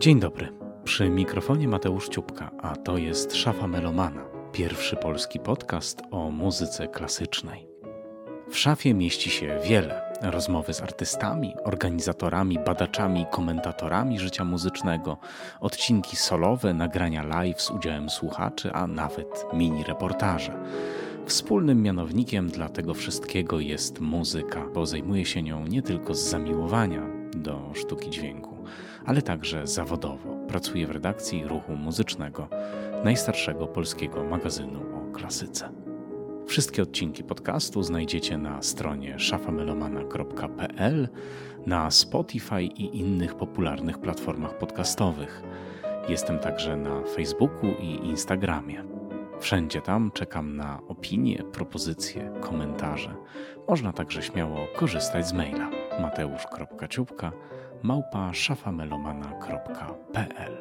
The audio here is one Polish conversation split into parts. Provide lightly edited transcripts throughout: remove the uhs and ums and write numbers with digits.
Dzień dobry, przy mikrofonie Mateusz Ciupka, a to jest Szafa Melomana, pierwszy polski podcast o muzyce klasycznej. W szafie mieści się wiele: rozmowy z artystami, organizatorami, badaczami, komentatorami życia muzycznego, odcinki solowe, nagrania live z udziałem słuchaczy, a nawet mini-reportaże. Wspólnym mianownikiem dla tego wszystkiego jest muzyka, bo zajmuje się nią nie tylko z zamiłowania do sztuki dźwięku, ale także zawodowo. Pracuje w redakcji Ruchu Muzycznego, najstarszego polskiego magazynu o klasyce. Wszystkie odcinki podcastu znajdziecie na stronie szafamelomana.pl, na Spotify i innych popularnych platformach podcastowych. Jestem także na Facebooku i Instagramie. Wszędzie tam czekam na opinie, propozycje, komentarze. Można także śmiało korzystać z maila mateusz.ciupka@szafamelomana.pl.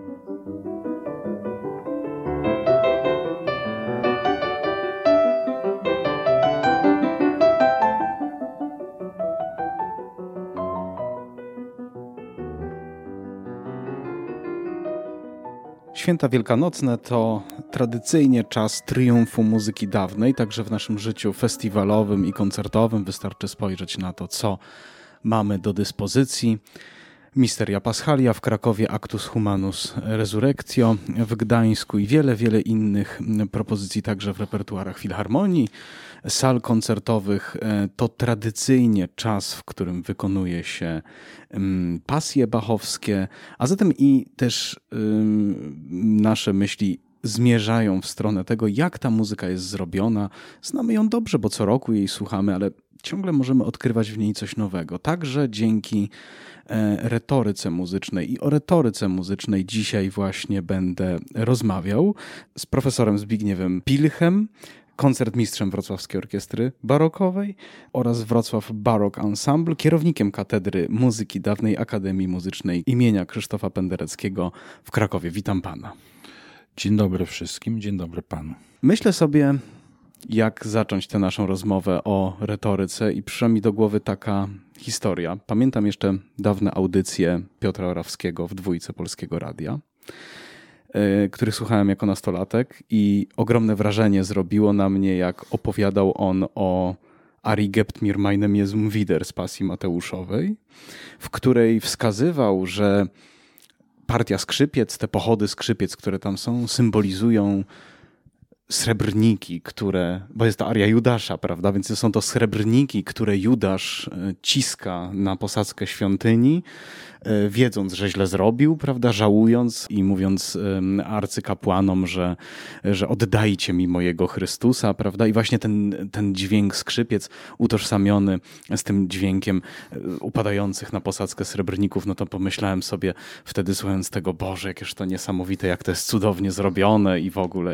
Święta wielkanocne to tradycyjnie czas triumfu muzyki dawnej, także w naszym życiu festiwalowym i koncertowym. Wystarczy spojrzeć na to, co mamy do dyspozycji. Misteria Paschalia w Krakowie, Actus Humanus Resurrectio w Gdańsku i wiele innych propozycji także w repertuarach filharmonii, sal koncertowych. To tradycyjnie czas, w którym wykonuje się pasje bachowskie, a zatem i też nasze myśli zmierzają w stronę tego, jak ta muzyka jest zrobiona. Znamy ją dobrze, bo co roku jej słuchamy, ale ciągle możemy odkrywać w niej coś nowego. Także dzięki retoryce muzycznej. I o retoryce muzycznej dzisiaj właśnie będę rozmawiał z profesorem Zbigniewem Pilchem, koncertmistrzem Wrocławskiej Orkiestry Barokowej oraz Wrocław Baroque Ensemble, kierownikiem Katedry Muzyki Dawnej Akademii Muzycznej imienia Krzysztofa Pendereckiego w Krakowie. Witam pana. Dzień dobry wszystkim, dzień dobry panu. Myślę sobie, jak zacząć tę naszą rozmowę o retoryce i przyszła mi do głowy taka historia. Pamiętam jeszcze dawne audycje Piotra Orawskiego w Dwójce Polskiego Radia, których słuchałem jako nastolatek i ogromne wrażenie zrobiło na mnie, jak opowiadał on o arii Gebt mir meinem Jesum wider z pasji Mateuszowej, w której wskazywał, że partia skrzypiec, te pochody skrzypiec, które tam są, symbolizują srebrniki, bo jest to aria Judasza, prawda? Więc są to srebrniki, które Judasz ciska na posadzkę świątyni, wiedząc, że źle zrobił, prawda? Żałując i mówiąc arcykapłanom, że oddajcie mi mojego Chrystusa, prawda? I właśnie ten dźwięk skrzypiec utożsamiony z tym dźwiękiem upadających na posadzkę srebrników, no to pomyślałem sobie wtedy, słuchając tego, Boże, jakież to niesamowite, jak to jest cudownie zrobione i w ogóle.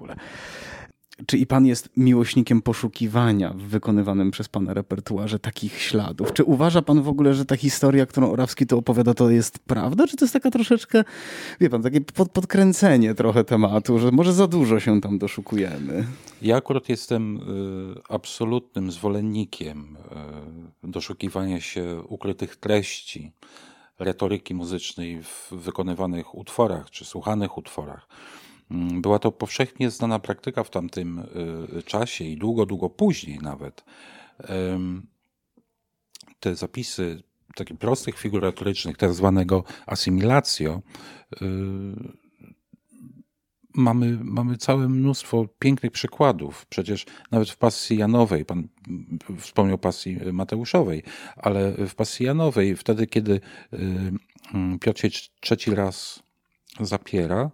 Czy i pan jest miłośnikiem poszukiwania w wykonywanym przez pana repertuarze takich śladów? Czy uważa pan w ogóle, że ta historia, którą Orawski tu opowiada, to jest prawda? Czy to jest taka troszeczkę, wie pan, takie podkręcenie trochę tematu, że może za dużo się tam doszukujemy? Ja akurat jestem absolutnym zwolennikiem doszukiwania się ukrytych treści retoryki muzycznej w wykonywanych utworach czy słuchanych utworach. Była to powszechnie znana praktyka w tamtym czasie i długo później nawet. Te zapisy takich prostych figur retorycznych, tak zwanego assimilatio, mamy całe mnóstwo pięknych przykładów. Przecież nawet w pasji Janowej, pan wspomniał pasji Mateuszowej, ale w pasji Janowej, wtedy kiedy Piotr się trzeci raz zapiera,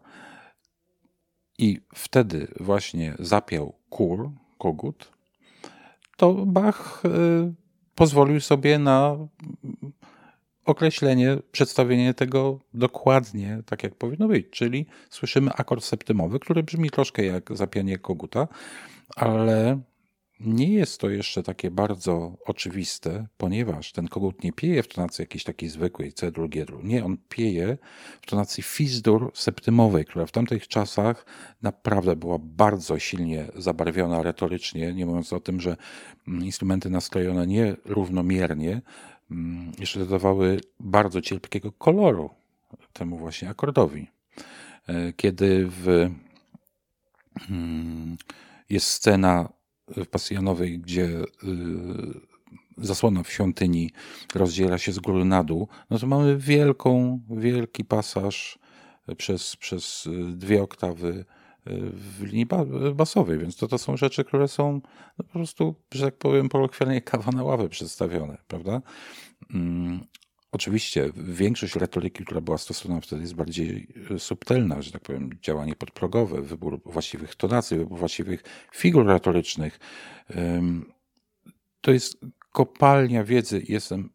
i wtedy właśnie zapiał kogut, to Bach pozwolił sobie na określenie, przedstawienie tego dokładnie tak, jak powinno być. Czyli słyszymy akord septymowy, który brzmi troszkę jak zapianie koguta, ale nie jest to jeszcze takie bardzo oczywiste, ponieważ ten kogut nie pieje w tonacji jakiejś takiej zwykłej C-dur, G-dur. Nie, on pieje w tonacji fis-dur septymowej, która w tamtych czasach naprawdę była bardzo silnie zabarwiona retorycznie, nie mówiąc o tym, że instrumenty nastrojone nierównomiernie jeszcze dodawały bardzo cierpkiego koloru temu właśnie akordowi. Kiedy jest scena w Pasjanowej, gdzie zasłona w świątyni rozdziela się z góry na dół, no to mamy wielki pasaż przez 2 oktawy w linii basowej, więc to są rzeczy, które są no po prostu, że tak powiem, kolokwialnie kawa na ławę przedstawione, prawda? Oczywiście większość retoryki, która była stosowana wtedy, jest bardziej subtelna, że tak powiem, działanie podprogowe, wybór właściwych tonacji, wybór właściwych figur retorycznych. To jest kopalnia wiedzy i jestem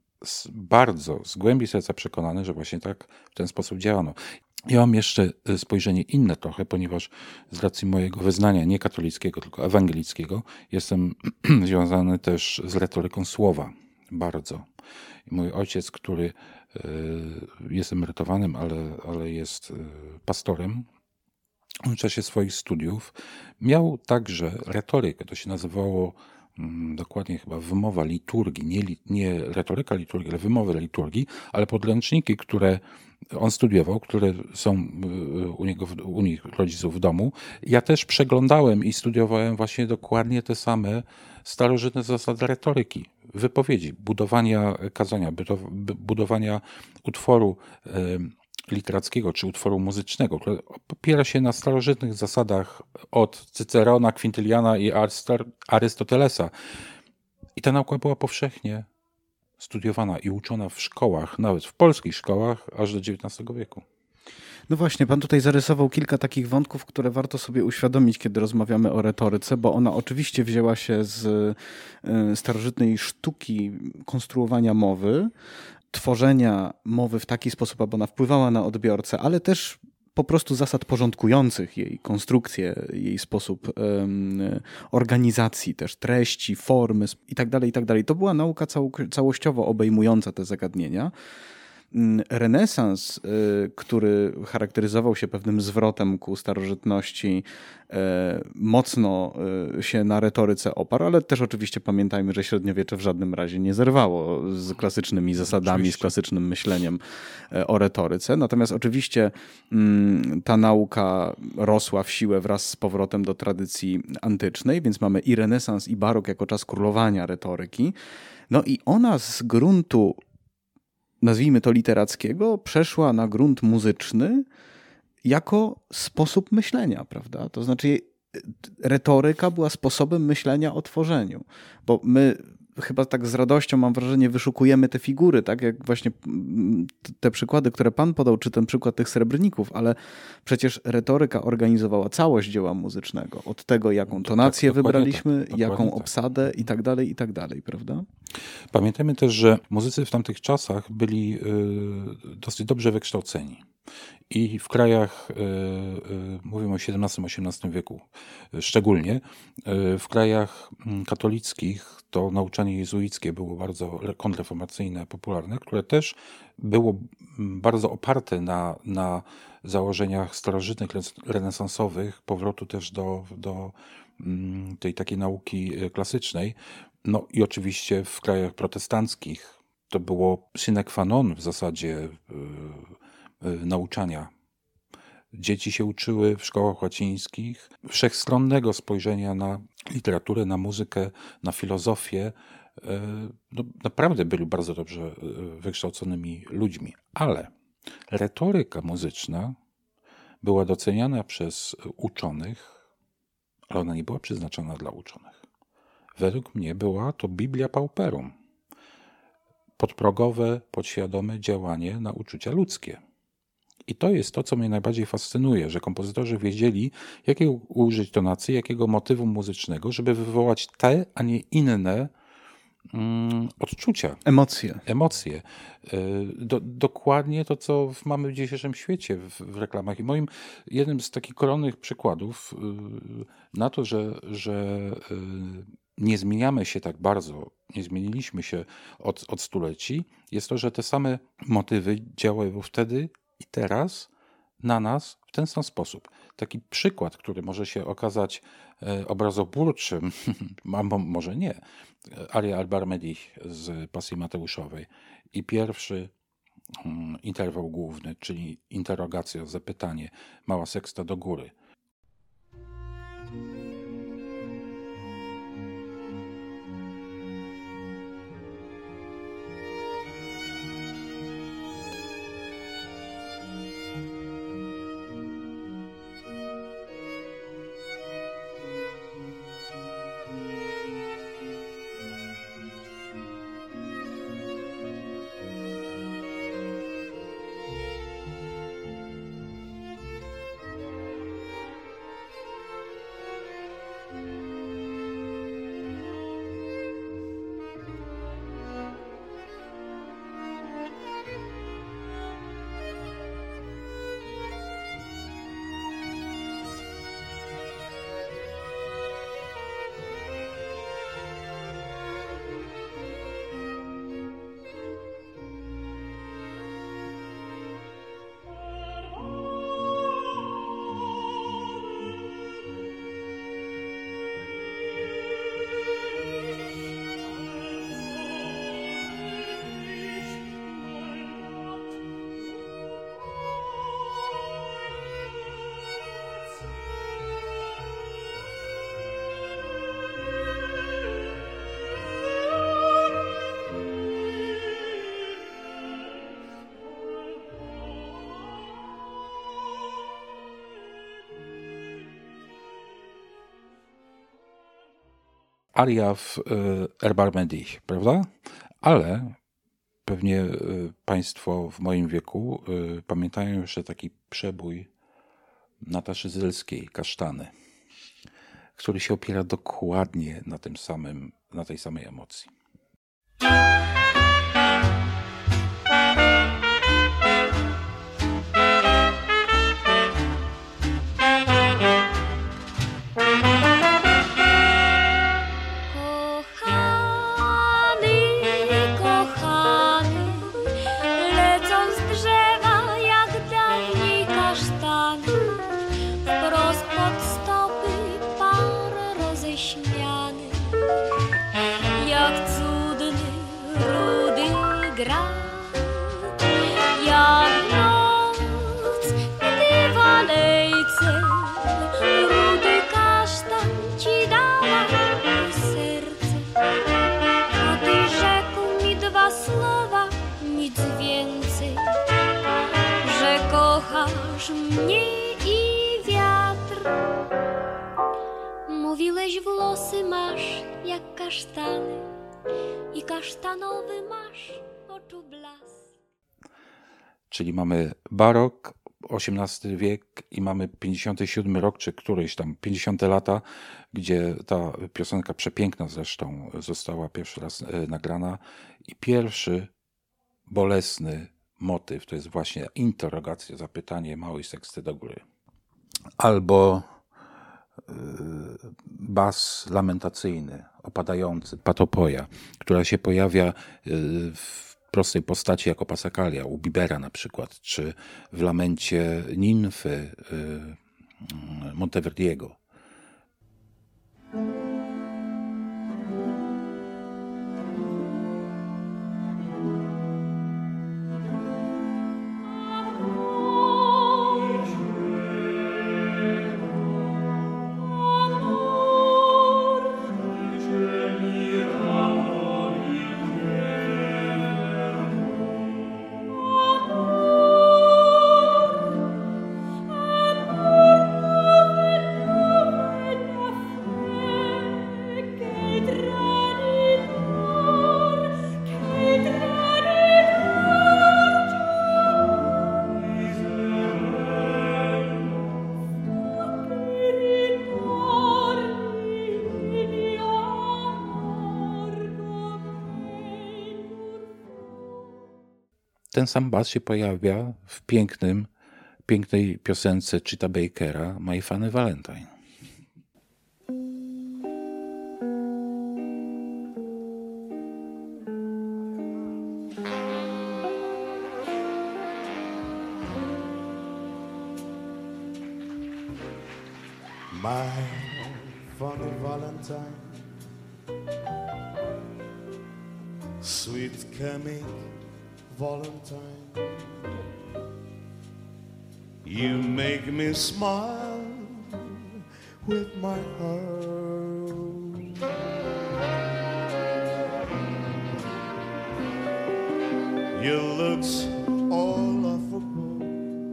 z głębi serca przekonany, że właśnie tak w ten sposób działano. Ja mam jeszcze spojrzenie inne trochę, ponieważ z racji mojego wyznania nie katolickiego, tylko ewangelickiego, jestem związany też z retoryką słowa bardzo. I mój ojciec, który jest emerytowanym, ale jest pastorem, w czasie swoich studiów miał także retorykę, to się nazywało dokładnie chyba wymowa liturgii, nie retoryka liturgii, ale wymowy liturgii, ale podręczniki, które on studiował, które są u nich rodziców w domu. Ja też przeglądałem i studiowałem właśnie dokładnie te same starożytne zasady retoryki, wypowiedzi, budowania kazania, budowania utworu literackiego czy utworu muzycznego, które opiera się na starożytnych zasadach od Cycerona, Quintiliana i Arystotelesa. I ta nauka była powszechnie studiowana i uczona w szkołach, nawet w polskich szkołach, aż do XIX wieku. No właśnie, pan tutaj zarysował kilka takich wątków, które warto sobie uświadomić, kiedy rozmawiamy o retoryce, bo ona oczywiście wzięła się z starożytnej sztuki konstruowania mowy, tworzenia mowy w taki sposób, aby ona wpływała na odbiorcę, ale też po prostu zasad porządkujących jej konstrukcję, jej sposób organizacji, też treści, formy itd., itd. To była nauka całościowo obejmująca te zagadnienia. Renesans, który charakteryzował się pewnym zwrotem ku starożytności, mocno się na retoryce oparł, ale też oczywiście pamiętajmy, że średniowiecze w żadnym razie nie zerwało z klasycznymi zasadami, oczywiście, z klasycznym myśleniem o retoryce. Natomiast oczywiście ta nauka rosła w siłę wraz z powrotem do tradycji antycznej, więc mamy i renesans, i barok jako czas królowania retoryki. No i ona z gruntu, nazwijmy to literackiego, przeszła na grunt muzyczny jako sposób myślenia, prawda? To znaczy retoryka była sposobem myślenia o tworzeniu, bo my chyba tak z radością, mam wrażenie, wyszukujemy te figury, tak jak właśnie te przykłady, które pan podał, czy ten przykład tych srebrników, ale przecież retoryka organizowała całość dzieła muzycznego. Od tego, jaką tonację wybraliśmy, jaką obsadę i tak dalej, prawda? Pamiętajmy też, że muzycy w tamtych czasach byli dosyć dobrze wykształceni. I w krajach, mówimy o XVII-XVIII wieku szczególnie, w krajach katolickich to nauczanie jezuickie było bardzo kontrreformacyjne, popularne, które też było bardzo oparte na założeniach starożytnych, renesansowych, powrotu też do tej takiej nauki klasycznej. No i oczywiście w krajach protestanckich to było sine qua non w zasadzie nauczania. Dzieci się uczyły w szkołach łacińskich wszechstronnego spojrzenia na literaturę, na muzykę, na filozofię. No, naprawdę byli bardzo dobrze wykształconymi ludźmi, ale retoryka muzyczna była doceniana przez uczonych, ale ona nie była przeznaczona dla uczonych. Według mnie była to Biblia Pauperum. Podprogowe, podświadome działanie na uczucia ludzkie. I to jest to, co mnie najbardziej fascynuje, że kompozytorzy wiedzieli, jakiego użyć tonacji, jakiego motywu muzycznego, żeby wywołać te, a nie inne odczucia. Emocje. Dokładnie to, co mamy w dzisiejszym świecie w reklamach. I moim jednym z takich koronnych przykładów na to, że nie zmieniamy się tak bardzo, nie zmieniliśmy się od stuleci, jest to, że te same motywy działają wtedy i teraz na nas w ten sam sposób. Taki przykład, który może się okazać obrazoburczym, a może nie, Aria Albar Medich z Pasji Mateuszowej i pierwszy interwał główny, czyli interrogacja, zapytanie, mała seksta do góry. Aria w Erbarme dich, prawda? Ale pewnie Państwo w moim wieku pamiętają jeszcze taki przebój Nataszy Zylskiej, Kasztany, który się opiera dokładnie na tej samej emocji. Mówiłeś, włosy masz jak kasztany i kasztanowy masz oczu blask. Czyli mamy barok, XVIII wiek i mamy 57 rok, czy któryś tam 50 lata, gdzie ta piosenka przepiękna zresztą została pierwszy raz nagrana i pierwszy bolesny motyw to jest właśnie interrogacja, zapytanie małej seksty do góry. Albo bas lamentacyjny, opadający, patopoja, która się pojawia w prostej postaci jako pasakalia, u Bibera na przykład, czy w lamencie nimfy Monteverdiego. Ten sam bas się pojawia w pięknej piosence Chita Bakera My Funny Valentine. My funny Valentine, sweet coming Valentine. You make me smile with my heart. Your looks all laughable.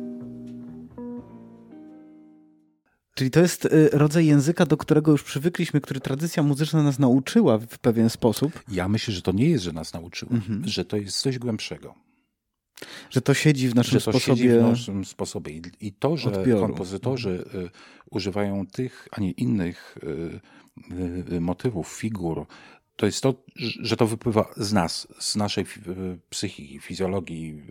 Czyli to jest rodzaj języka, do którego już przywykliśmy, który tradycja muzyczna nas nauczyła w pewien sposób. Ja myślę, że to nie jest, że nas nauczyła, że to jest coś głębszego. Że to siedzi w naszym sposobie. Siedzi w naszym sposobie. I to, że odbioru. Kompozytorzy używają tych, a nie innych motywów, figur, to jest to, że to wypływa z nas, z naszej psychiki, fizjologii,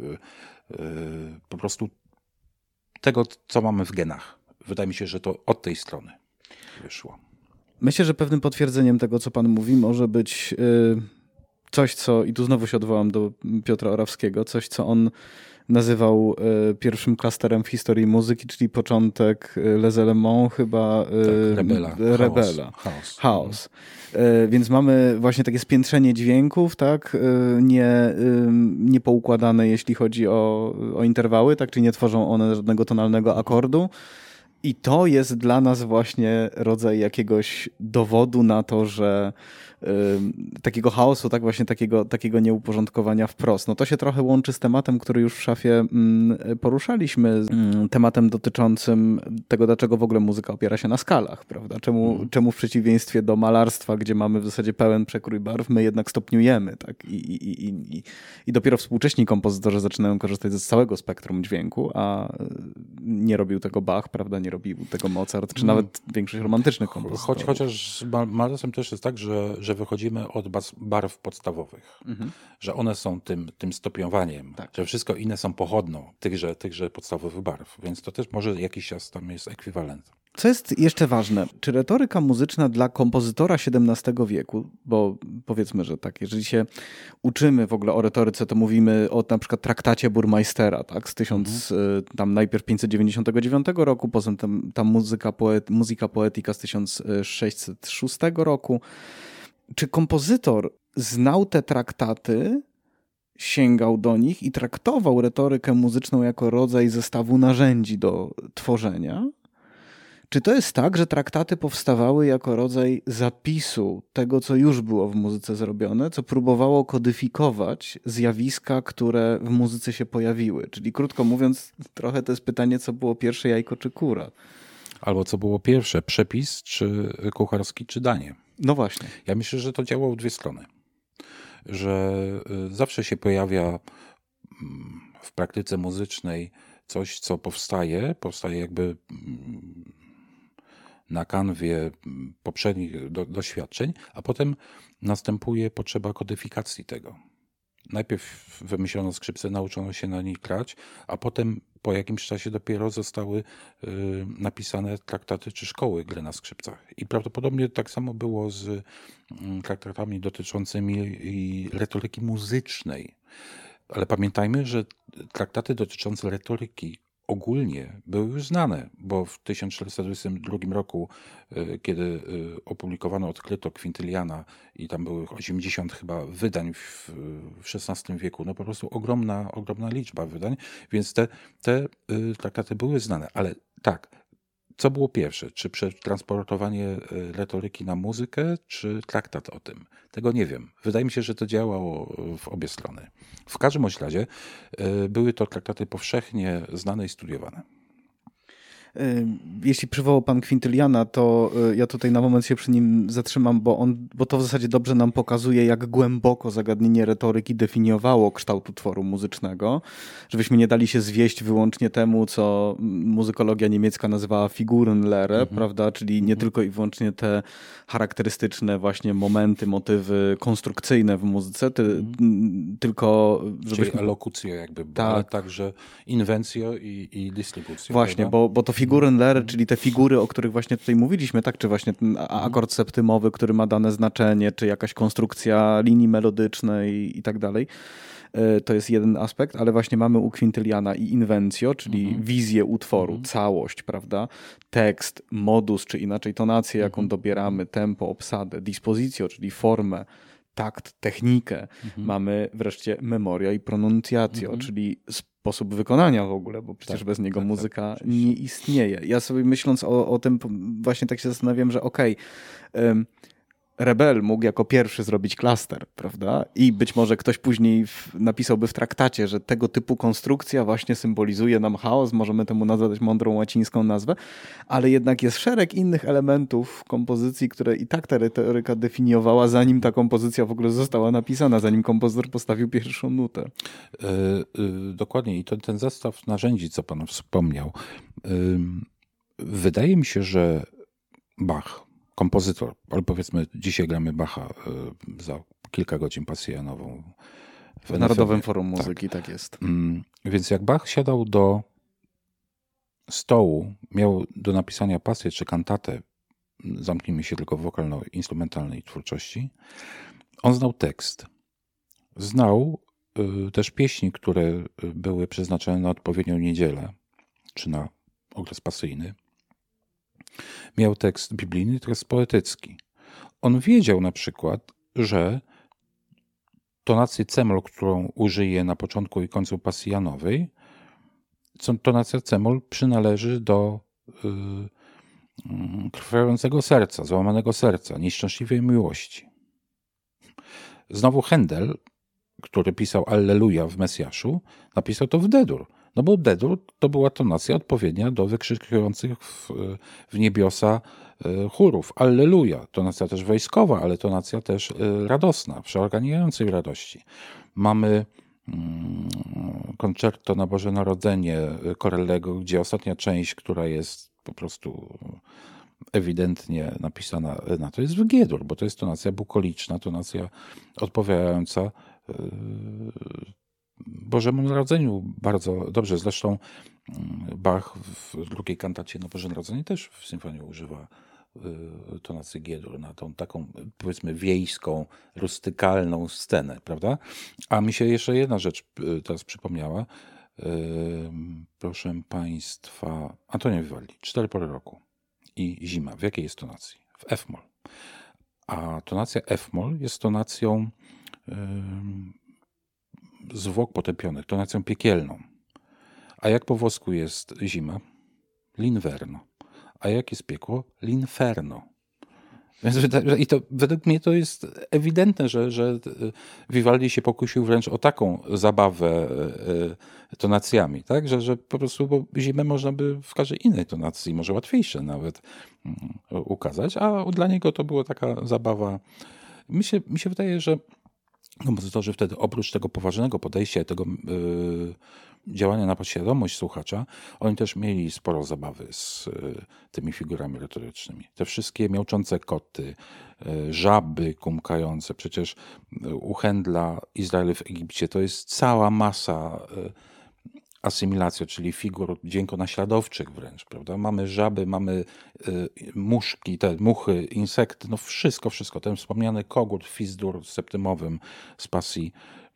po prostu tego, co mamy w genach. Wydaje mi się, że to od tej strony wyszło. Myślę, że pewnym potwierdzeniem tego, co pan mówi, może być coś, co, i tu znowu się odwołam do Piotra Orawskiego, coś, co on nazywał pierwszym klasterem w historii muzyki, czyli początek Les Éléments chyba. Rebela. Chaos. Więc mamy właśnie takie spiętrzenie dźwięków, tak, niepoukładane, jeśli chodzi o interwały, tak, czyli nie tworzą one żadnego tonalnego akordu. I to jest dla nas właśnie rodzaj jakiegoś dowodu na to, że takiego chaosu, tak właśnie takiego nieuporządkowania wprost. No to się trochę łączy z tematem, który już w szafie poruszaliśmy, tematem dotyczącym tego, dlaczego w ogóle muzyka opiera się na skalach, prawda? Czemu w przeciwieństwie do malarstwa, gdzie mamy w zasadzie pełen przekrój barw, my jednak stopniujemy, tak? I dopiero współcześni kompozytorzy zaczynają korzystać z całego spektrum dźwięku, a nie robił tego Bach, prawda? Nie robił tego Mozart, czy nawet większość romantycznych kompozytorów. Chociaż z malarstwem też jest tak, że wychodzimy od barw podstawowych, że one są tym stopniowaniem, że wszystko inne są pochodną tychże podstawowych barw, więc to też może jakiś czas tam jest ekwiwalent. Co jest jeszcze ważne? Czy retoryka muzyczna dla kompozytora XVII wieku, bo powiedzmy, że tak, jeżeli się uczymy w ogóle o retoryce, to mówimy o na przykład traktacie Burmeistera, tak, z tam najpierw 599 roku, potem tam Musica Poetica z 1606 roku. Czy kompozytor znał te traktaty, sięgał do nich i traktował retorykę muzyczną jako rodzaj zestawu narzędzi do tworzenia? Czy to jest tak, że traktaty powstawały jako rodzaj zapisu tego, co już było w muzyce zrobione, co próbowało kodyfikować zjawiska, które w muzyce się pojawiły? Czyli krótko mówiąc, trochę to jest pytanie, co było pierwsze, jajko czy kura? Albo co było pierwsze, przepis, czy kucharski, czy danie. No właśnie. Ja myślę, że to działało w dwie strony. Że zawsze się pojawia w praktyce muzycznej coś, co powstaje jakby na kanwie poprzednich doświadczeń, a potem następuje potrzeba kodyfikacji tego. Najpierw wymyślono skrzypce, nauczono się na nich grać, a potem po jakimś czasie dopiero zostały napisane traktaty czy szkoły gry na skrzypcach. I prawdopodobnie tak samo było z traktatami dotyczącymi retoryki muzycznej. Ale pamiętajmy, że traktaty dotyczące retoryki ogólnie były już znane, bo w 1422 roku, kiedy opublikowano, odkryto kwintyliana i tam były 80 chyba wydań w XVI wieku, no po prostu ogromna liczba wydań, więc te traktaty były znane. Ale tak, co było pierwsze? Czy przetransportowanie retoryki na muzykę, czy traktat o tym? Tego nie wiem. Wydaje mi się, że to działało w obie strony. W każdym razie były to traktaty powszechnie znane i studiowane. Jeśli przywołał pan kwintyliana, to ja tutaj na moment się przy nim zatrzymam, bo to w zasadzie dobrze nam pokazuje, jak głęboko zagadnienie retoryki definiowało kształt utworu muzycznego, żebyśmy nie dali się zwieść wyłącznie temu, co muzykologia niemiecka nazywała Figurenlehre, prawda, czyli nie tylko i wyłącznie te charakterystyczne właśnie momenty, motywy konstrukcyjne w muzyce, tylko Czyli elokucję jakby, tak, ale także inwencjo i dystrybucję. Właśnie, bo to Figurenlehre, czyli te figury, o których właśnie tutaj mówiliśmy, tak, czy właśnie ten akord septymowy, który ma dane znaczenie, czy jakaś konstrukcja linii melodycznej i tak dalej. To jest jeden aspekt, ale właśnie mamy u kwintyliana i inwencjo, czyli wizję utworu, całość, prawda? Tekst, modus, czy inaczej tonację, jaką dobieramy, tempo, obsadę, dispositio, czyli formę, takt, technikę. Mamy wreszcie memoria i pronunciatio, czyli sposób wykonania w ogóle, bo przecież bez niego muzyka nie istnieje. Ja sobie myśląc o tym właśnie tak się zastanawiam, że Rebel mógł jako pierwszy zrobić klaster, prawda? I być może ktoś później napisałby w traktacie, że tego typu konstrukcja właśnie symbolizuje nam chaos, możemy temu nadać mądrą łacińską nazwę, ale jednak jest szereg innych elementów kompozycji, które i tak ta retoryka definiowała, zanim ta kompozycja w ogóle została napisana, zanim kompozytor postawił pierwszą nutę. Dokładnie. I ten zestaw narzędzi, co pan wspomniał, wydaje mi się, że Bach, kompozytor, ale powiedzmy dzisiaj gramy Bacha za kilka godzin pasję janową w Narodowym Forum Muzyki, tak jest. Więc jak Bach siadał do stołu, miał do napisania pasję czy kantatę, zamknijmy się tylko w wokalno-instrumentalnej twórczości, on znał tekst. Znał też pieśni, które były przeznaczone na odpowiednią niedzielę, czy na okres pasyjny. Miał tekst biblijny, tekst poetycki. On wiedział na przykład, że tonację cemol, którą użyje na początku i końcu pasji janowej, tonacja cemol przynależy do krwawiącego serca, załamanego serca, nieszczęśliwej miłości. Znowu Händel, który pisał Alleluja w Mesjaszu, napisał to w D-dur. No bo D-dur to była tonacja odpowiednia do wykrzykujących w niebiosa chórów. Alleluja, tonacja też wojskowa, ale tonacja też radosna, przeorganizującej radości. Mamy koncerto na Boże Narodzenie Corellego, gdzie ostatnia część, która jest po prostu ewidentnie napisana na to, jest w G-dur, bo to jest tonacja bukoliczna, tonacja odpowiadająca Bożemu Narodzeniu bardzo dobrze. Zresztą Bach w drugiej kantacie na Boże Narodzenie też w symfonii używa tonacji G-dur na tą taką, powiedzmy, wiejską, rustykalną scenę, prawda? A mi się jeszcze jedna rzecz teraz przypomniała. Proszę Państwa, Antonio Vivaldi, 4 pory roku i zima. W jakiej jest tonacji? W F-moll. A tonacja F-moll jest tonacją zwłok potępionych, tonacją piekielną. A jak po włosku jest zima? L'inverno. A jak jest piekło? L'inferno. I to według mnie to jest ewidentne, że Vivaldi się pokusił wręcz o taką zabawę tonacjami, tak? Że po prostu bo zimę można by w każdej innej tonacji, może łatwiejsze nawet ukazać, a dla niego to była taka zabawa. Mi się wydaje, że kompozytorzy wtedy oprócz tego poważnego podejścia, tego działania na podświadomość słuchacza, oni też mieli sporo zabawy z tymi figurami retorycznymi. Te wszystkie miauczące koty, żaby kumkające, przecież u Händla Izrael w Egipcie to jest cała masa asymilacji, czyli figur dźwiękonaśladowczych wręcz, prawda? Mamy żaby, mamy muszki, te muchy, insekty, no wszystko. Ten wspomniany kogut w Fis-dur septymowym z pasji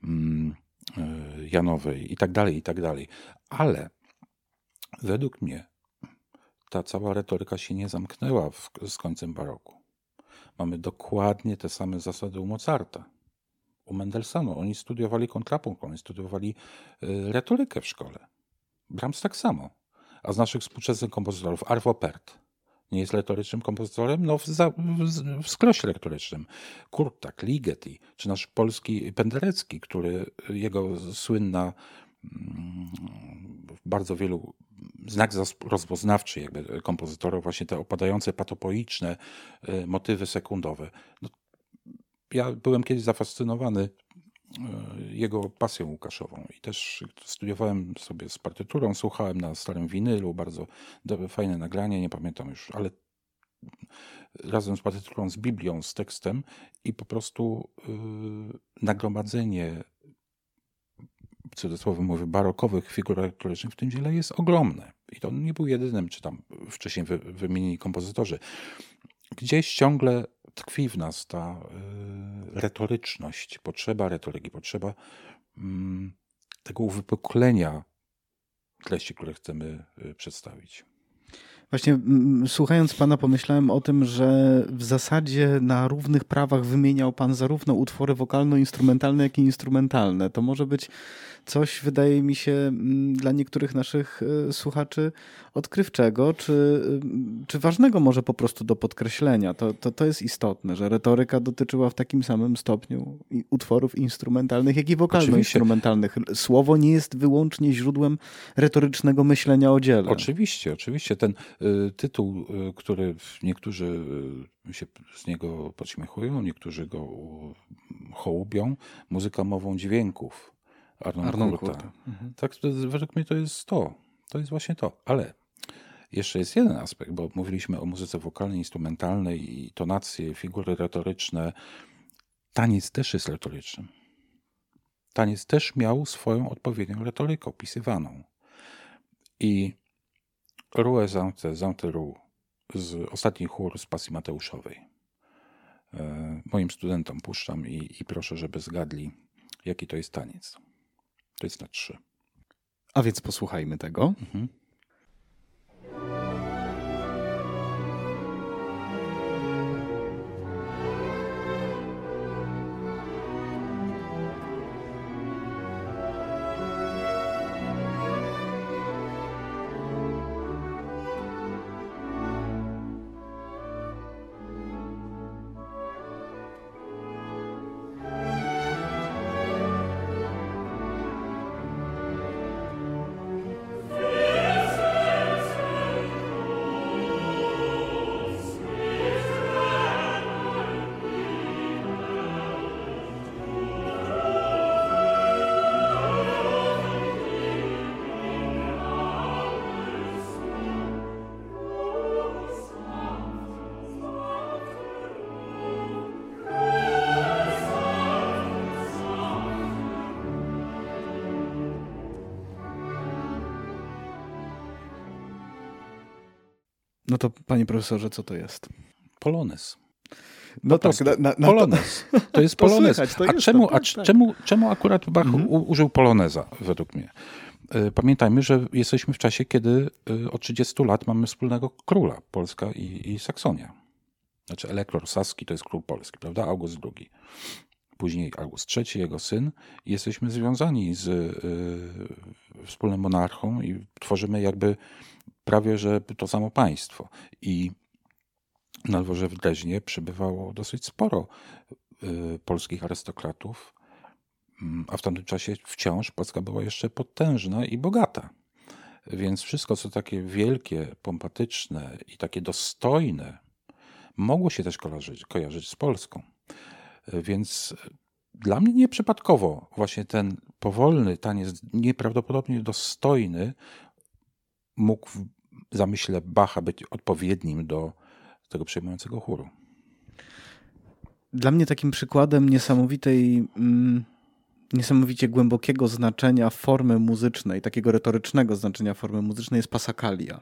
janowej i tak dalej. Ale według mnie ta cała retoryka się nie zamknęła z końcem baroku. Mamy dokładnie te same zasady u Mozarta, u Mendelssohna. Oni studiowali kontrapunkt, oni studiowali retorykę w szkole. Brahms tak samo. A z naszych współczesnych kompozytorów Arvo Pärt nie jest retorycznym kompozytorem? No w skrosie retorycznym. Kurtak, Ligeti, czy nasz polski Penderecki, który jego słynna bardzo wielu znak rozpoznawczy jakby kompozytorów, właśnie te opadające patopoiczne motywy sekundowe. No, ja byłem kiedyś zafascynowany jego pasją łukaszową i też studiowałem sobie z partyturą, słuchałem na starym winylu, bardzo fajne nagranie, nie pamiętam już, ale razem z partyturą, z Biblią, z tekstem i po prostu nagromadzenie, w cudzysłowie mówię, barokowych figur retorycznych w tym dziele jest ogromne. I to nie był jedynym, czy tam wcześniej wymienieni kompozytorzy. Gdzieś ciągle tkwi w nas ta retoryczność, potrzeba retoryki, potrzeba tego uwypuklenia treści, które chcemy przedstawić. Właśnie słuchając pana pomyślałem o tym, że w zasadzie na równych prawach wymieniał pan zarówno utwory wokalno-instrumentalne, jak i instrumentalne. To może być coś, wydaje mi się, dla niektórych naszych słuchaczy odkrywczego, czy ważnego może po prostu do podkreślenia. To jest istotne, że retoryka dotyczyła w takim samym stopniu utworów instrumentalnych, jak i wokalno-instrumentalnych. Słowo nie jest wyłącznie źródłem retorycznego myślenia o dziele. Oczywiście. Ten tytuł, który niektórzy się z niego podśmiechują, niektórzy go hołubią, muzyka mową dźwięków Arnon Kurta. Tak, według mnie to jest to. To jest właśnie to. Ale jeszcze jest jeden aspekt, bo mówiliśmy o muzyce wokalnej, instrumentalnej i tonacje, figury retoryczne. Taniec też jest retoryczny. Taniec też miał swoją odpowiednią retorykę opisywaną. I Rue Zante Rue z ostatniej chór z pasji Mateuszowej. Moim studentom puszczam i proszę, żeby zgadli, jaki to jest taniec. To jest na 3. A więc posłuchajmy tego. No to panie profesorze, co to jest? Polonez. No tak, polonez. To jest polonez. Czemu akurat Bach użył poloneza, według mnie? Pamiętajmy, że jesteśmy w czasie, kiedy od 30 lat mamy wspólnego króla, Polska i Saksonia. Znaczy elektor saski to jest król Polski, prawda? August II. Później August III, jego syn. I jesteśmy związani z wspólnym monarchą i tworzymy jakby prawie, że to samo państwo. I na dworze w Dreźnie przybywało dosyć sporo polskich arystokratów, a w tamtym czasie wciąż Polska była jeszcze potężna i bogata. Więc wszystko, co takie wielkie, pompatyczne i takie dostojne, mogło się też kojarzyć z Polską. Więc dla mnie nieprzypadkowo właśnie ten powolny taniec, nieprawdopodobnie dostojny, mógł w zamyśle Bacha być odpowiednim do tego przejmującego chóru. Dla mnie takim przykładem niesamowicie głębokiego znaczenia formy muzycznej, takiego retorycznego znaczenia formy muzycznej jest Passacaglia.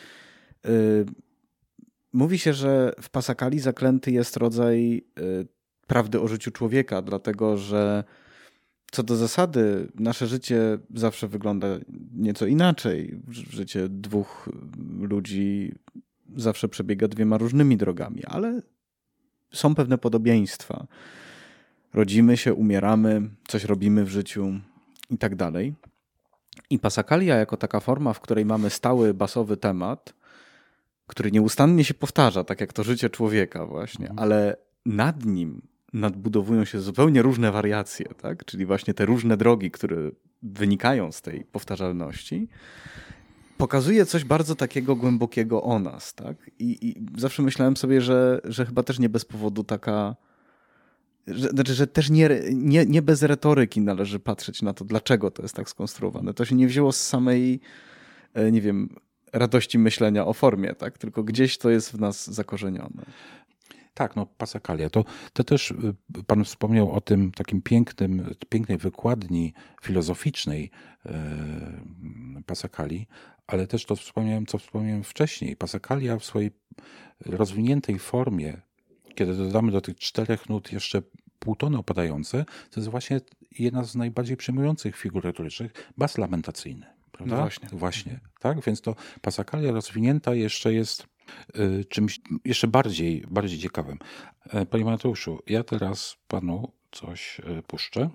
Mówi się, że w Passacaglii zaklęty jest rodzaj prawdy o życiu człowieka, dlatego że co do zasady nasze życie zawsze wygląda nieco inaczej. Życie dwóch ludzi zawsze przebiega 2 różnymi drogami, ale są pewne podobieństwa. Rodzimy się, umieramy, coś robimy w życiu i tak dalej. I Passacaglia jako taka forma, w której mamy stały basowy temat, który nieustannie się powtarza, tak jak to życie człowieka właśnie, ale nad nim nadbudowują się zupełnie różne wariacje, tak? Czyli właśnie te różne drogi, które wynikają z tej powtarzalności, pokazuje coś bardzo takiego głębokiego o nas. Tak? I zawsze myślałem sobie, że chyba też nie bez powodu taka... że też nie bez retoryki należy patrzeć na to, dlaczego to jest tak skonstruowane. To się nie wzięło z samej, nie wiem, radości myślenia o formie, tak? Tylko gdzieś to jest w nas zakorzenione. Tak, no Passacaglia. To też pan wspomniał o tym takim pięknej wykładni filozoficznej Passacaglii, ale też to co wspomniałem wcześniej. Passacaglia w swojej rozwiniętej formie, kiedy dodamy do tych 4 nut jeszcze półtony opadające, to jest właśnie jedna z najbardziej przejmujących figur retorycznych, bas lamentacyjny. Prawda? No właśnie. Tak? Więc to Passacaglia rozwinięta jeszcze jest czymś jeszcze bardziej ciekawym. Panie Mateuszu, ja teraz panu coś puszczę.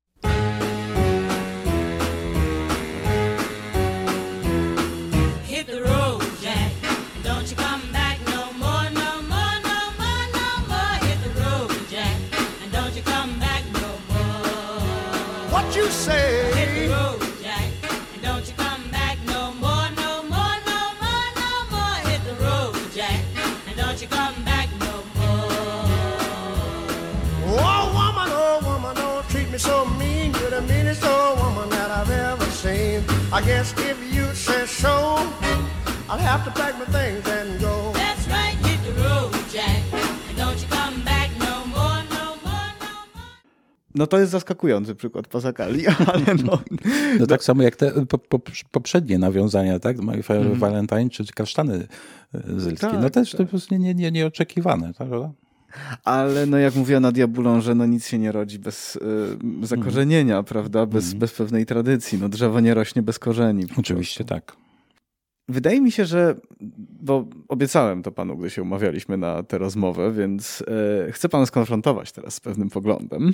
Hit the road, Jack. Don't you come back no more, no more, no more, no more. Hit the road, Jack. And don't you come back no more. What you say? Hit the road, Jack. And don't you come back no more, no more, no more, no more. Hit the road, Jack. And don't you come back no more. Oh woman, don't treat me so mean. You're the meanest old woman that I've ever seen. I guess if you say so, I'll have to pack my things and go. That's right, hit the road, Jack. And don't you come back no more, no more, no more. No to jest zaskakujący przykład Passacagli, ale no... No tak samo jak te poprzednie nawiązania, tak? My Fair Valentine czy Kasztany Zylskie. Tak, No też tak. to po prostu nieoczekiwane, tak, prawda? Ale no jak mówiła Nadia Boulanger, no nic się nie rodzi bez zakorzenienia, prawda? Bez pewnej tradycji. No drzewo nie rośnie bez korzeni. Oczywiście tak. Wydaje mi się, że, bo obiecałem to panu, gdy się umawialiśmy na tę rozmowę, więc chcę pana skonfrontować teraz z pewnym poglądem.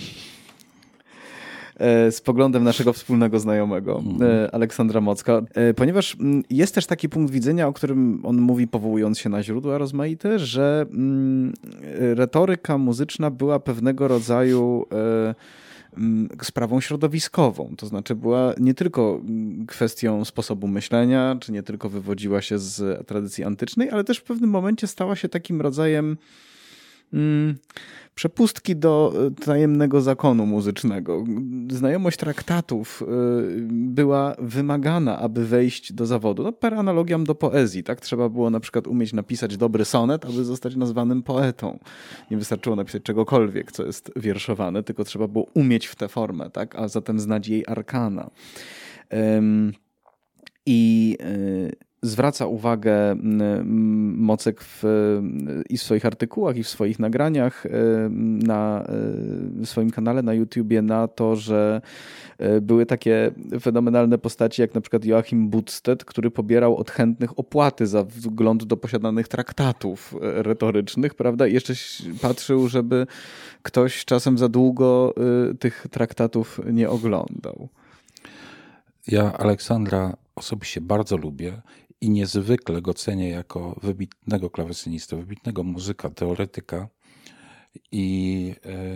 Z poglądem naszego wspólnego znajomego, Aleksandra Mocka, ponieważ jest też taki punkt widzenia, o którym on mówi, powołując się na źródła rozmaite, że retoryka muzyczna była pewnego rodzaju sprawą środowiskową. To znaczy była nie tylko kwestią sposobu myślenia, czy nie tylko wywodziła się z tradycji antycznej, ale też w pewnym momencie stała się takim rodzajem przepustki do tajemnego zakonu muzycznego. Znajomość traktatów była wymagana, aby wejść do zawodu. No, per analogiam do poezji, tak? Trzeba było na przykład umieć napisać dobry sonet, aby zostać nazwanym poetą. Nie wystarczyło napisać czegokolwiek, co jest wierszowane, tylko trzeba było umieć w tę formę, tak? A zatem znać jej arkana. Zwraca uwagę Mocek i w swoich artykułach, i w swoich nagraniach na swoim kanale na YouTubie na to, że były takie fenomenalne postaci jak na przykład Joachim Budstedt, który pobierał od chętnych opłaty za wgląd do posiadanych traktatów retorycznych, prawda? I jeszcze patrzył, żeby ktoś czasem za długo tych traktatów nie oglądał. Ja Aleksandra osobiście bardzo lubię i niezwykle go cenię jako wybitnego klawesynistę, wybitnego muzyka, teoretyka i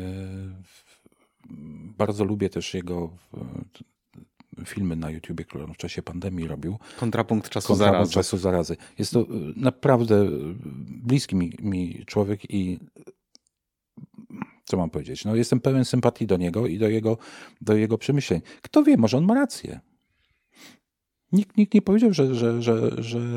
bardzo lubię też jego filmy na YouTubie, które on w czasie pandemii robił. Kontrapunkt czasu zarazy. Jest to naprawdę bliski mi człowiek i co mam powiedzieć? No, jestem pełen sympatii do niego i do jego przemyśleń. Kto wie, może on ma rację. Nikt nie powiedział, że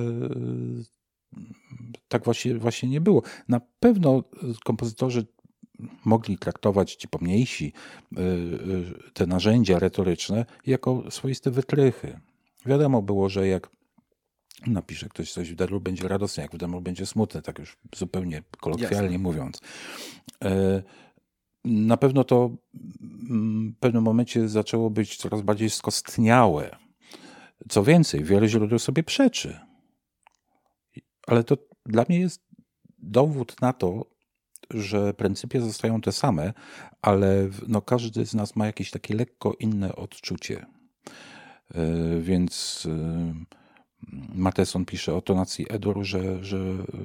tak właśnie nie było. Na pewno kompozytorzy mogli traktować, ci pomniejsi, te narzędzia retoryczne jako swoiste wytrychy. Wiadomo było, że jak napisze ktoś coś w D-dur, będzie radosny, jak w D-dur będzie smutny, tak już zupełnie kolokwialnie mówiąc. Na pewno to w pewnym momencie zaczęło być coraz bardziej skostniałe. Co więcej, wiele źródeł sobie przeczy. Ale to dla mnie jest dowód na to, że pryncypia zostają te same, ale no, każdy z nas ma jakieś takie lekko inne odczucie. Więc Matheson pisze o tonacji E-dur, że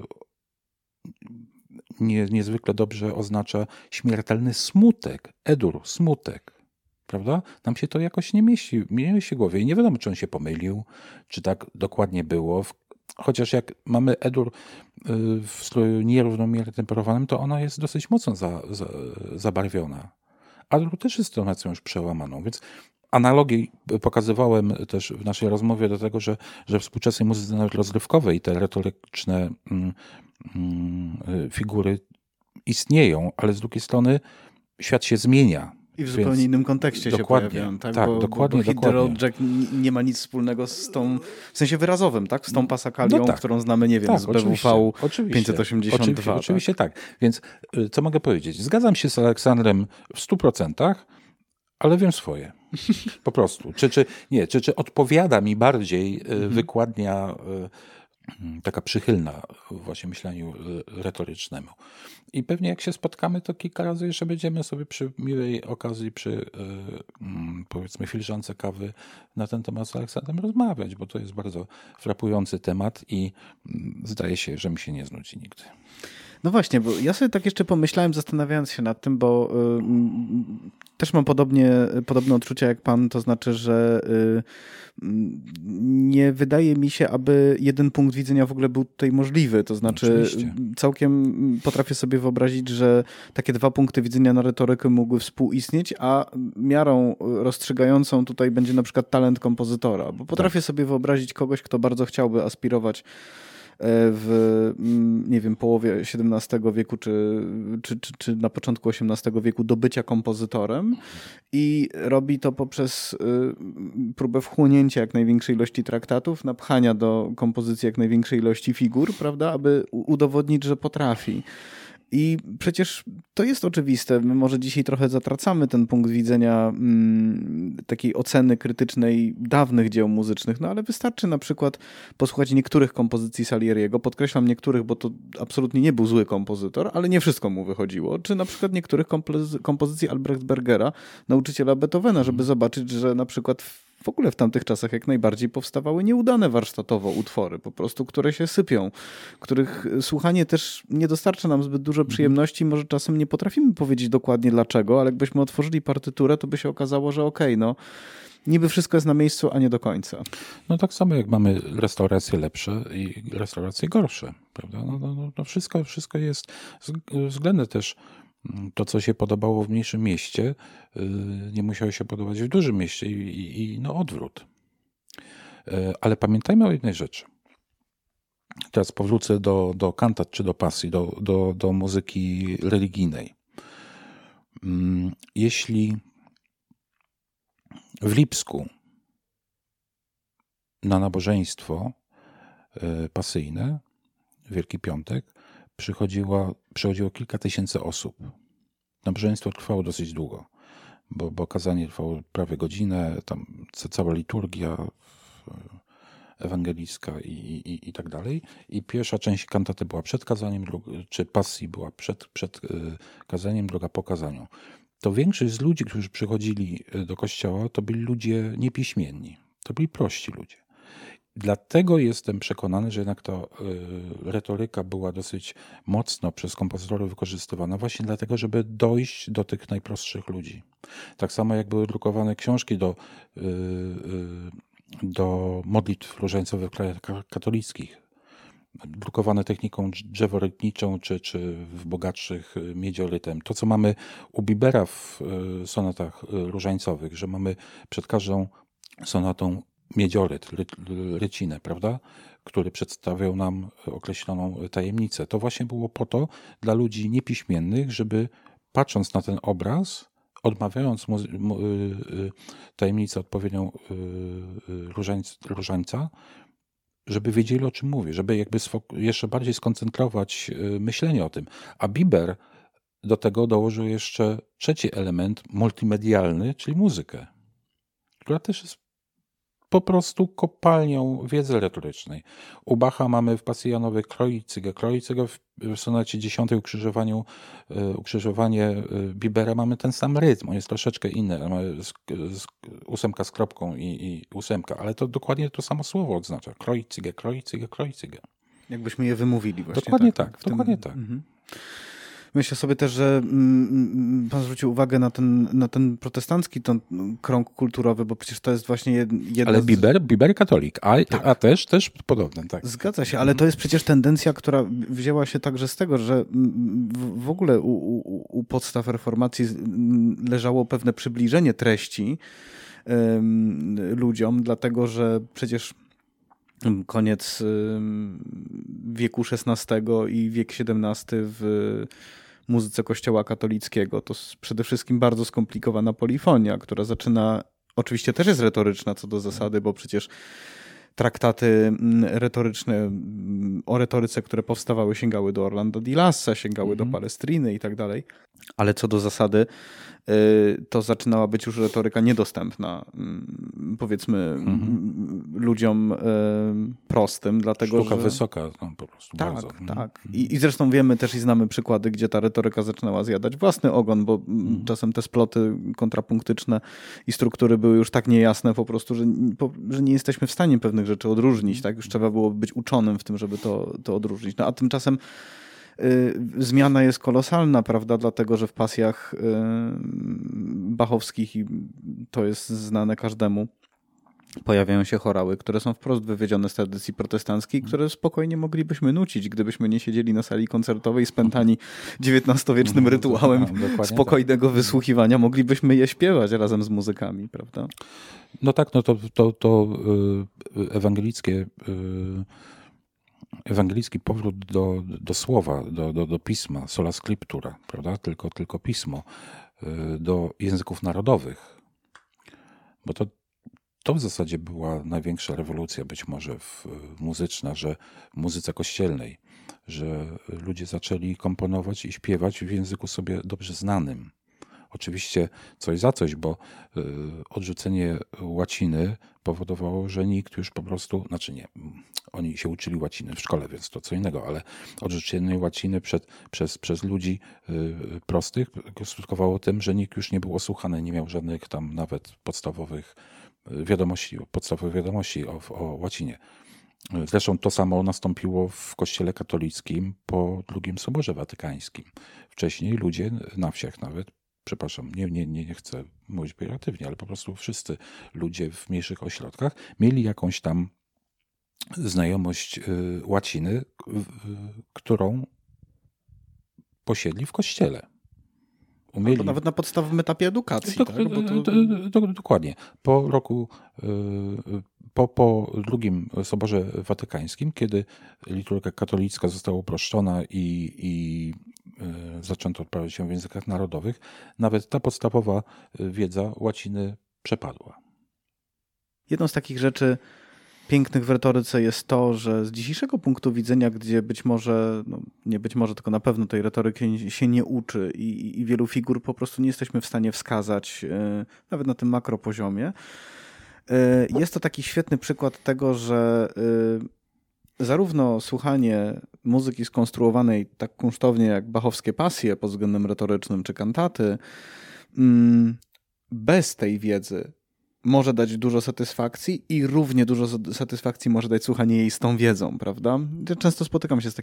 niezwykle dobrze oznacza śmiertelny smutek. E-dur, smutek. Prawda? Nam się to jakoś nie mieści w głowie i nie wiadomo, czy on się pomylił, czy tak dokładnie było. Chociaż jak mamy E-dur w stroju nierównomiernie temperowanym, to ona jest dosyć mocno zabarwiona. A-dur też jest tonacją już przełamaną, więc analogii pokazywałem też w naszej rozmowie do tego, że w współczesnej muzyce rozrywkowej te retoryczne figury istnieją, ale z drugiej strony świat się zmienia. I w zupełnie innym kontekście się pojawiają. Tak, dokładnie. Hit the Road Jack nie ma nic wspólnego z tą, w sensie wyrazowym, tak? Z tą Passacaglią, którą znamy, nie wiem, z BWV 582. Oczywiście tak. Więc co mogę powiedzieć? Zgadzam się z Aleksandrem w 100%, ale wiem swoje. Po prostu. Czy odpowiada mi bardziej wykładnia taka przychylna właśnie myśleniu retorycznemu. I pewnie jak się spotkamy, to kilka razy jeszcze będziemy sobie przy miłej okazji, przy powiedzmy filiżance kawy na ten temat z Aleksandrem rozmawiać, bo to jest bardzo frapujący temat i zdaje się, że mi się nie znudzi nigdy. No właśnie, bo ja sobie tak jeszcze pomyślałem, zastanawiając się nad tym, bo też mam podobne odczucia jak pan, to znaczy, że nie wydaje mi się, aby jeden punkt widzenia w ogóle był tutaj możliwy. To znaczy Oczywiście. całkiem potrafię sobie wyobrazić, że takie dwa punkty widzenia na retorykę mogły współistnieć, a miarą rozstrzygającą tutaj będzie na przykład talent kompozytora, bo potrafię sobie wyobrazić kogoś, kto bardzo chciałby aspirować w, nie wiem, połowie XVII wieku czy na początku XVIII wieku do bycia kompozytorem i robi to poprzez próbę wchłonięcia jak największej ilości traktatów, napchania do kompozycji jak największej ilości figur, prawda, aby udowodnić, że potrafi. I przecież to jest oczywiste. My może dzisiaj trochę zatracamy ten punkt widzenia takiej oceny krytycznej dawnych dzieł muzycznych, no ale wystarczy na przykład posłuchać niektórych kompozycji Salieriego. Podkreślam niektórych, bo to absolutnie nie był zły kompozytor, ale nie wszystko mu wychodziło. Czy na przykład niektórych kompozycji Albrechtsbergera, nauczyciela Beethovena, żeby zobaczyć, że na przykład w ogóle w tamtych czasach jak najbardziej powstawały nieudane warsztatowo utwory, po prostu, które się sypią, których słuchanie też nie dostarcza nam zbyt dużo przyjemności. Może czasem nie potrafimy powiedzieć dokładnie dlaczego, ale jakbyśmy otworzyli partyturę, to by się okazało, że okej, no niby wszystko jest na miejscu, a nie do końca. No tak samo jak mamy restauracje lepsze i restauracje gorsze, prawda? No wszystko jest względne też. To, co się podobało w mniejszym mieście, nie musiało się podobać w dużym mieście i no odwrót. Ale pamiętajmy o jednej rzeczy. Teraz powrócę do kantat czy do pasji, do muzyki religijnej. Jeśli w Lipsku na nabożeństwo pasyjne, Wielki Piątek, przychodziło kilka tysięcy osób. Nabożeństwo trwało dosyć długo, bo kazanie trwało prawie godzinę, tam cała liturgia ewangelicka i tak dalej. I pierwsza część kantaty była przed kazaniem, czy pasji była przed kazaniem, druga po kazaniu. To większość z ludzi, którzy przychodzili do kościoła, to byli ludzie niepiśmienni. To byli prości ludzie. Dlatego jestem przekonany, że jednak ta retoryka była dosyć mocno przez kompozytorów wykorzystywana właśnie dlatego, żeby dojść do tych najprostszych ludzi. Tak samo jak były drukowane książki do modlitw różańcowych w krajach katolickich, drukowane techniką drzeworytniczą czy w bogatszych miedziorytem. To, co mamy u Bibera w sonatach różańcowych, że mamy przed każdą sonatą miedzioryt, rycinę, prawda, który przedstawiał nam określoną tajemnicę. To właśnie było po to dla ludzi niepiśmiennych, żeby patrząc na ten obraz, odmawiając tajemnicę odpowiednią różańca, żeby wiedzieli, o czym mówię, żeby jakby jeszcze bardziej skoncentrować myślenie o tym. A Biber do tego dołożył jeszcze trzeci element multimedialny, czyli muzykę, która też jest po prostu kopalnią wiedzy retorycznej. U Bacha mamy w pasji Janowej Kreuzige w sonacie 10 ukrzyżowanie Bibera mamy ten sam rytm, on jest troszeczkę inny, mamy ósemka z kropką i ósemka, ale to dokładnie to samo słowo oznacza. Kreuzige. Jakbyśmy je wymówili właśnie. Dokładnie tak. Mhm. Myślę sobie też, że pan zwrócił uwagę na ten protestancki krąg kulturowy, bo przecież to jest właśnie jedna ale Biber katolik, a też podobne. Tak. Zgadza się, ale to jest przecież tendencja, która wzięła się także z tego, że w ogóle u podstaw reformacji leżało pewne przybliżenie treści ludziom, dlatego że przecież koniec wieku XVI i wiek XVII w muzyce kościoła katolickiego to przede wszystkim bardzo skomplikowana polifonia, która zaczyna, oczywiście też jest retoryczna co do zasady, bo przecież traktaty retoryczne o retoryce, które powstawały, sięgały do Orlando di Lassa, sięgały do Palestriny i tak dalej. Ale co do zasady, to zaczynała być już retoryka niedostępna, powiedzmy, ludziom prostym, dlatego Sztuka że... wysoka, no, po prostu Tak, bardzo. tak. I zresztą wiemy też i znamy przykłady, gdzie ta retoryka zaczynała zjadać własny ogon, bo czasem te sploty kontrapunktyczne i struktury były już tak niejasne po prostu, że nie jesteśmy w stanie pewnych rzeczy odróżnić. Tak? Już trzeba było być uczonym w tym, żeby to odróżnić. No, a tymczasem zmiana jest kolosalna, prawda? Dlatego, że w pasjach bachowskich, i to jest znane każdemu, pojawiają się chorały, które są wprost wywiedzione z tradycji protestanckiej, które spokojnie moglibyśmy nucić, gdybyśmy nie siedzieli na sali koncertowej spętani XIX-wiecznym rytuałem spokojnego wysłuchiwania. Moglibyśmy je śpiewać razem z muzykami, prawda? No tak, no to ewangelicki powrót do słowa, do pisma, sola scriptura, prawda? Tylko pismo, do języków narodowych. Bo to w zasadzie była największa rewolucja być może muzyczna, że w muzyce kościelnej, że ludzie zaczęli komponować i śpiewać w języku sobie dobrze znanym. Oczywiście coś za coś, bo odrzucenie łaciny powodowało, że nikt już po prostu, znaczy nie, oni się uczyli łaciny w szkole, więc to co innego, ale odrzucenie łaciny przez ludzi prostych skutkowało tym, że nikt już nie był osłuchany, nie miał żadnych tam nawet podstawowych wiadomości o łacinie. Zresztą to samo nastąpiło w Kościele katolickim po II Soborze Watykańskim. Wcześniej ludzie na wsiach nawet, przepraszam, nie chcę mówić pejoratywnie, ale po prostu wszyscy ludzie w mniejszych ośrodkach mieli jakąś tam znajomość łaciny, którą posiedli w kościele. Albo nawet na podstawowym etapie edukacji. Dokładnie. Po roku, po II Soborze Watykańskim, kiedy liturgia katolicka została uproszczona i zaczęto odprawiać się w językach narodowych, nawet ta podstawowa wiedza łaciny przepadła. Jedną z takich rzeczy pięknych w retoryce jest to, że z dzisiejszego punktu widzenia, gdzie być może, no nie być może, tylko na pewno tej retoryki się nie uczy i wielu figur po prostu nie jesteśmy w stanie wskazać, nawet na tym makropoziomie. Jest to taki świetny przykład tego, że zarówno słuchanie muzyki skonstruowanej tak kunsztownie jak bachowskie pasje pod względem retorycznym czy kantaty, bez tej wiedzy może dać dużo satysfakcji i równie dużo satysfakcji może dać słuchanie jej z tą wiedzą, prawda? Ja często spotykam się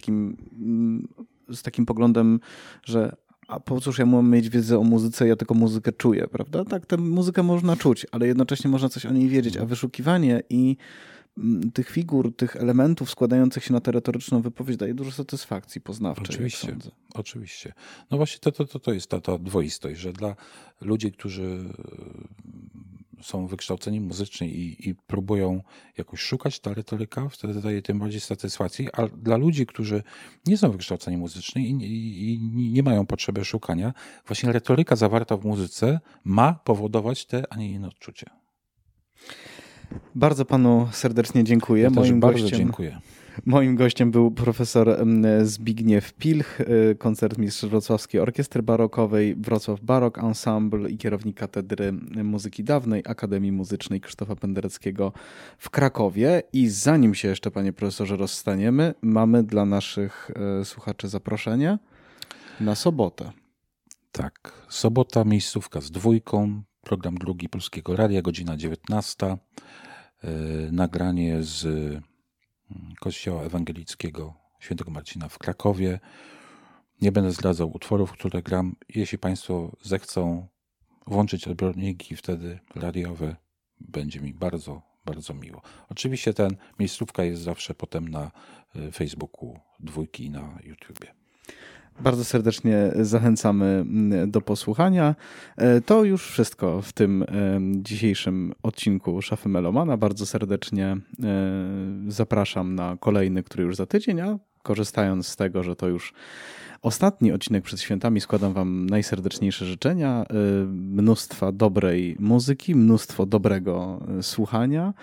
z takim poglądem, że a po cóż ja mam mieć wiedzę o muzyce, ja tylko muzykę czuję, prawda? Tak, tę muzykę można czuć, ale jednocześnie można coś o niej wiedzieć, a wyszukiwanie i tych figur, tych elementów składających się na tę retoryczną wypowiedź daje dużo satysfakcji poznawczej. Oczywiście. No właśnie to jest ta dwoistość, że dla ludzi, którzy są wykształceni muzycznie i próbują jakoś szukać, ta retoryka wtedy daje tym bardziej satysfakcji, a dla ludzi, którzy nie są wykształceni muzycznie i nie mają potrzeby szukania, właśnie retoryka zawarta w muzyce ma powodować te, a nie inne odczucie. Bardzo panu serdecznie dziękuję. Ja też bardzo dziękuję. Moim gościem był profesor Zbigniew Pilch, koncertmistrz Wrocławskiej Orkiestry Barokowej, Wrocław Barok Ensemble i kierownik Katedry Muzyki Dawnej Akademii Muzycznej Krzysztofa Pendereckiego w Krakowie. I zanim się jeszcze, panie profesorze, rozstaniemy, mamy dla naszych słuchaczy zaproszenie na sobotę. Tak, sobota, miejscówka z Dwójką, program drugi Polskiego Radia, godzina 19. Nagranie z Kościoła Ewangelickiego Świętego Marcina w Krakowie. Nie będę zdradzał utworów, które gram. Jeśli państwo zechcą włączyć odbiorniki wtedy radiowe, będzie mi bardzo, bardzo miło. Oczywiście miejscówka jest zawsze potem na Facebooku Dwójki i na YouTubie. Bardzo serdecznie zachęcamy do posłuchania. To już wszystko w tym dzisiejszym odcinku Szafy Melomana. Bardzo serdecznie zapraszam na kolejny, który już za tydzień, a korzystając z tego, że to już ostatni odcinek przed świętami, składam wam najserdeczniejsze życzenia, mnóstwa dobrej muzyki, mnóstwo dobrego słuchania,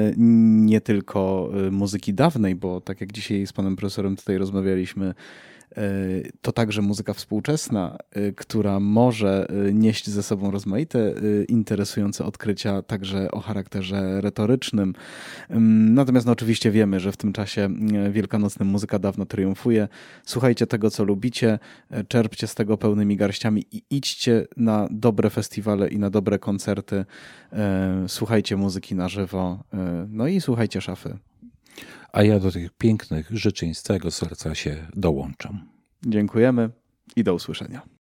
nie tylko muzyki dawnej, bo tak jak dzisiaj z panem profesorem tutaj rozmawialiśmy, to także muzyka współczesna, która może nieść ze sobą rozmaite, interesujące odkrycia, także o charakterze retorycznym. Natomiast oczywiście wiemy, że w tym czasie wielkanocnym muzyka dawno triumfuje. Słuchajcie tego, co lubicie, czerpcie z tego pełnymi garściami i idźcie na dobre festiwale i na dobre koncerty. Słuchajcie muzyki na żywo, no i słuchajcie szafy. A ja do tych pięknych życzeń z całego serca się dołączam. Dziękujemy i do usłyszenia.